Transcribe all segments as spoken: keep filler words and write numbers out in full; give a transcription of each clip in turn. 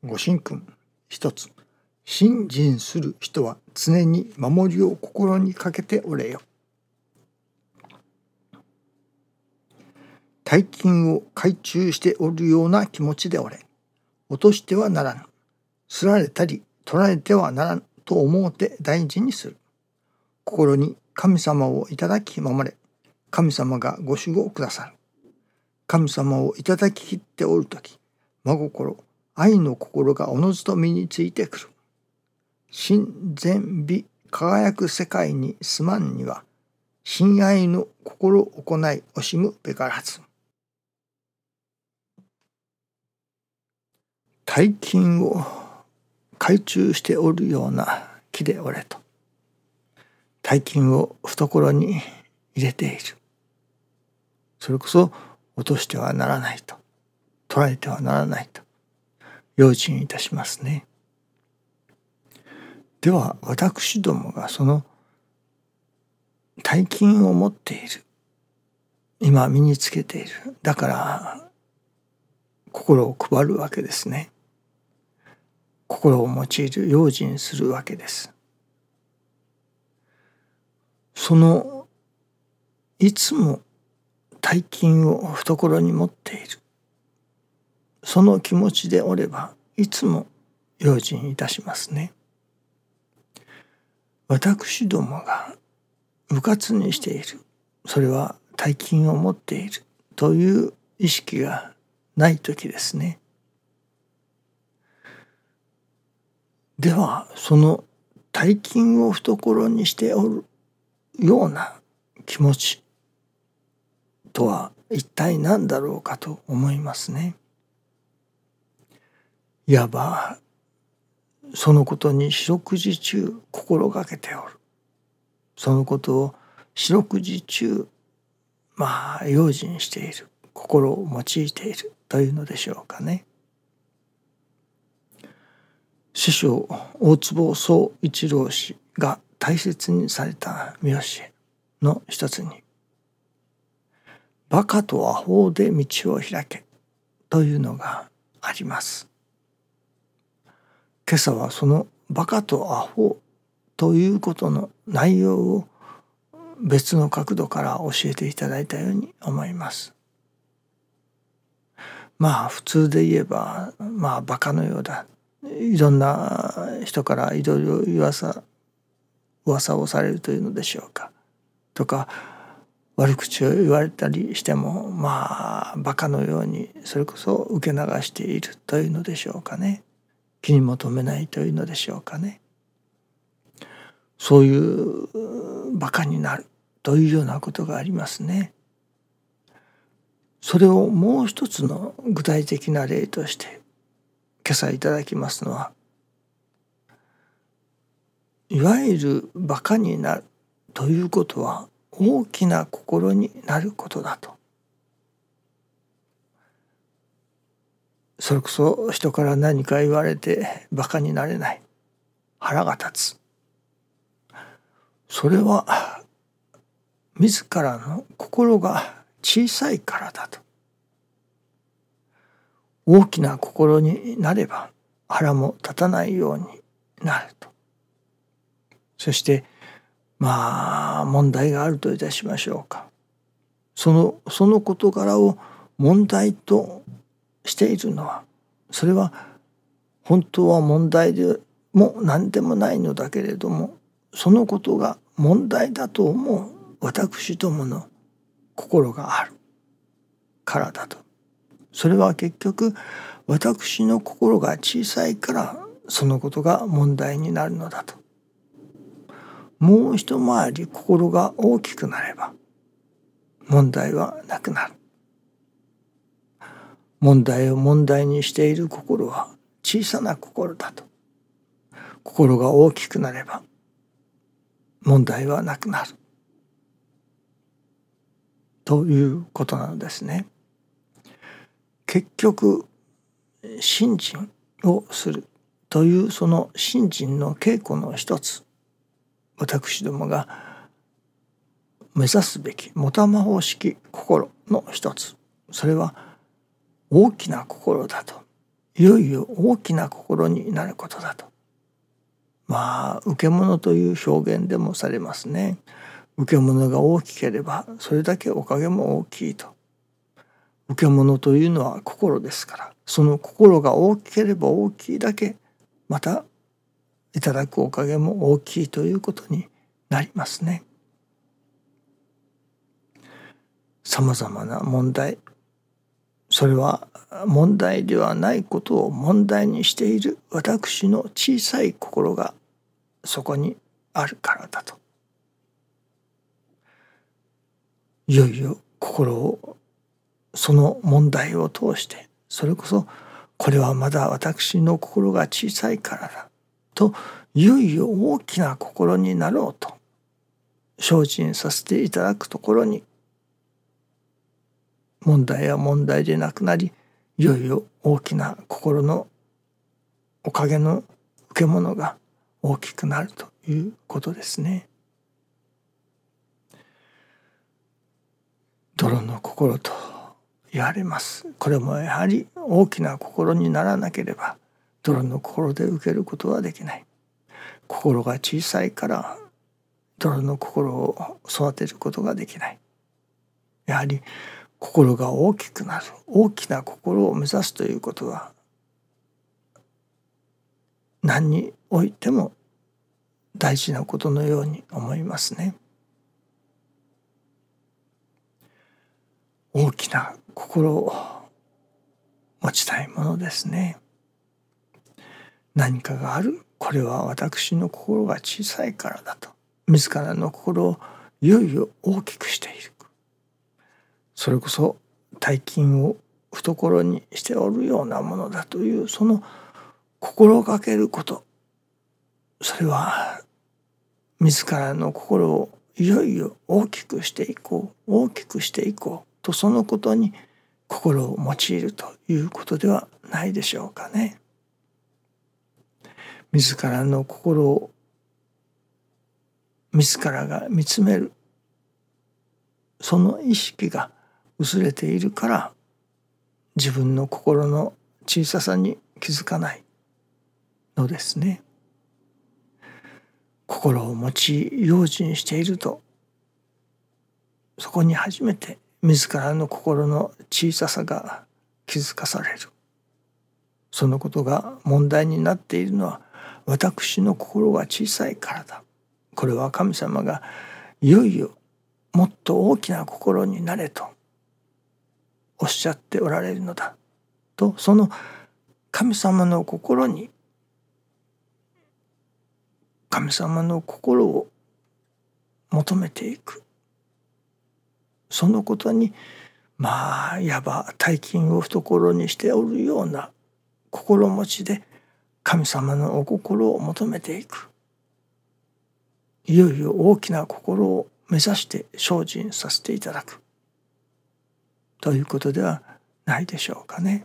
ご神君一つ。信心する人は常に守りを心にかけておれよ。大金を懐中しておるような気持ちでおれ。落としてはならぬ。すられたり取られてはならぬと思うて大事にする。心に神様をいただき守れ。神様がご守護くださる。神様をいただききっておるとき、真心、愛の心がおのずと身についてくる。真善美輝く世界に住まんには、親愛の心を行い惜しむべからず。大金を懐中しておるような気でおれと。大金を懐に入れている。それこそ落としてはならないと。取られてはならないと。用心いたしますね。では私どもがその大金を持っている。今身につけている。だから心を配るわけですね。心を用いる、用心するわけです。そのいつも大金を懐に持っている。その気持ちでおればいつも用心いたしますね。私どもがうかつにしている。それは大金を持っているという意識がないときですね。ではその大金を懐にしておるような気持ちとは一体何だろうかと思いますね。いわばそのことに四六時中心がけておる。そのことを四六時中まあ用心している。心を用いているというのでしょうかね。師匠大坪宗一郎氏が大切にされた御教えの一つに、バカとアホで道を開けというのがあります。今朝はそのバカとアホということの内容を別の角度から教えていただいたように思います。まあ普通で言えばまあバカのようだ。いろんな人からいろいろ噂噂をされるというのでしょうか。とか悪口を言われたりしてもまあバカのようにそれこそ受け流しているというのでしょうかね。気にも留めないというのでしょうかね。そういうバカになるというようなことがありますね。それをもう一つの具体的な例として今朝いただきますのは、いわゆるバカになるということは大きな心になることだと。それこそ人から何か言われてバカになれない。腹が立つ。それは自らの心が小さいからだと。大きな心になれば腹も立たないようになると。そしてまあ問題があるといたしましょうか。そのその事柄を問題としているのは、それは本当は問題でも何でもないのだけれども、そのことが問題だと思う私どもの心があるからだと。それは結局私の心が小さいからそのことが問題になるのだと。もう一回り心が大きくなれば問題はなくなる。問題を問題にしている心は小さな心だと。心が大きくなれば問題はなくなるということなのですね。結局信心をするというその信心の稽古の一つ、私どもが目指すべきもたま方式心の一つ、それは大きな心だといよいよ大きな心になることだと。まあ受け物という表現でもされますね。受け物が大きければそれだけおかげも大きいと。受け物というのは心ですから、その心が大きければ大きいだけまたいただくおかげも大きいということになりますね。さまざまな問題、それは問題ではないことを問題にしている私の小さい心がそこにあるからだと。いよいよ心をその問題を通して、それこそこれはまだ私の心が小さいからだと、いよいよ大きな心になろうと精進させていただくところに、問題は問題でなくなり、いよいよ大きな心のおかげの受け物が大きくなるということですね。泥の心と言われます。これもやはり大きな心にならなければ泥の心で受けることはできない。心が小さいから泥の心を育てることができない。やはり心が大きくなる、大きな心を目指すということは何においても大事なことのように思いますね。大きな心を持ちたいものですね。何かがある、これは私の心が小さいからだと、自らの心をいよいよ大きくしている。それこそ大金を懐にしておるようなものだというその心がけること、それは自らの心をいよいよ大きくしていこう、大きくしていこうと、そのことに心を用いるということではないでしょうかね。自らの心を自らが見つめる、その意識が薄れているから自分の心の小ささに気づかないのですね。心を持ち用心していると、そこに初めて自らの心の小ささが気づかされる。そのことが問題になっているのは私の心が小さいからだ。これは神様がいよいよもっと大きな心になれとおっしゃっておられるのだと、その神様の心に、神様の心を求めていく、そのことにまあいわば大金を懐にしておるような心持ちで神様のお心を求めていく、いよいよ大きな心を目指して精進させていただくということではないでしょうかね。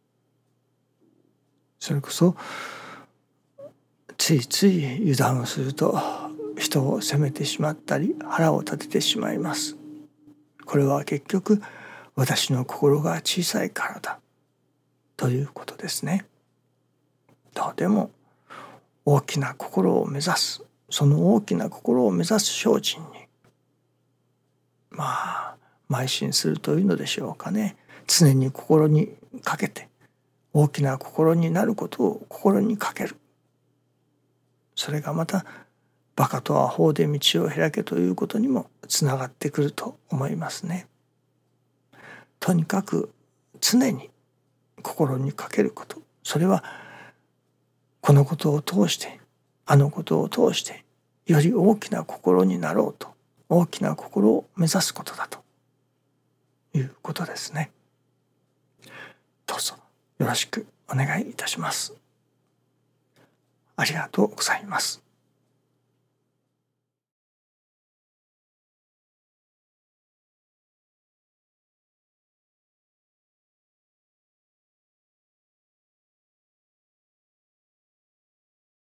それこそついつい油断をすると人を責めてしまったり腹を立ててしまいます。これは結局私の心が小さいからだということですね。どうでも大きな心を目指す、その大きな心を目指す精進にまあ邁進するというのでしょうかね。常に心にかけて、大きな心になることを心にかける。それがまたバカとは法で道を開けということにもつながってくると思いますね。とにかく常に心にかけること、それはこのことを通してあのことを通してより大きな心になろうと、大きな心を目指すことだということですね。どうぞよろしくお願いいたします。ありがとうございます。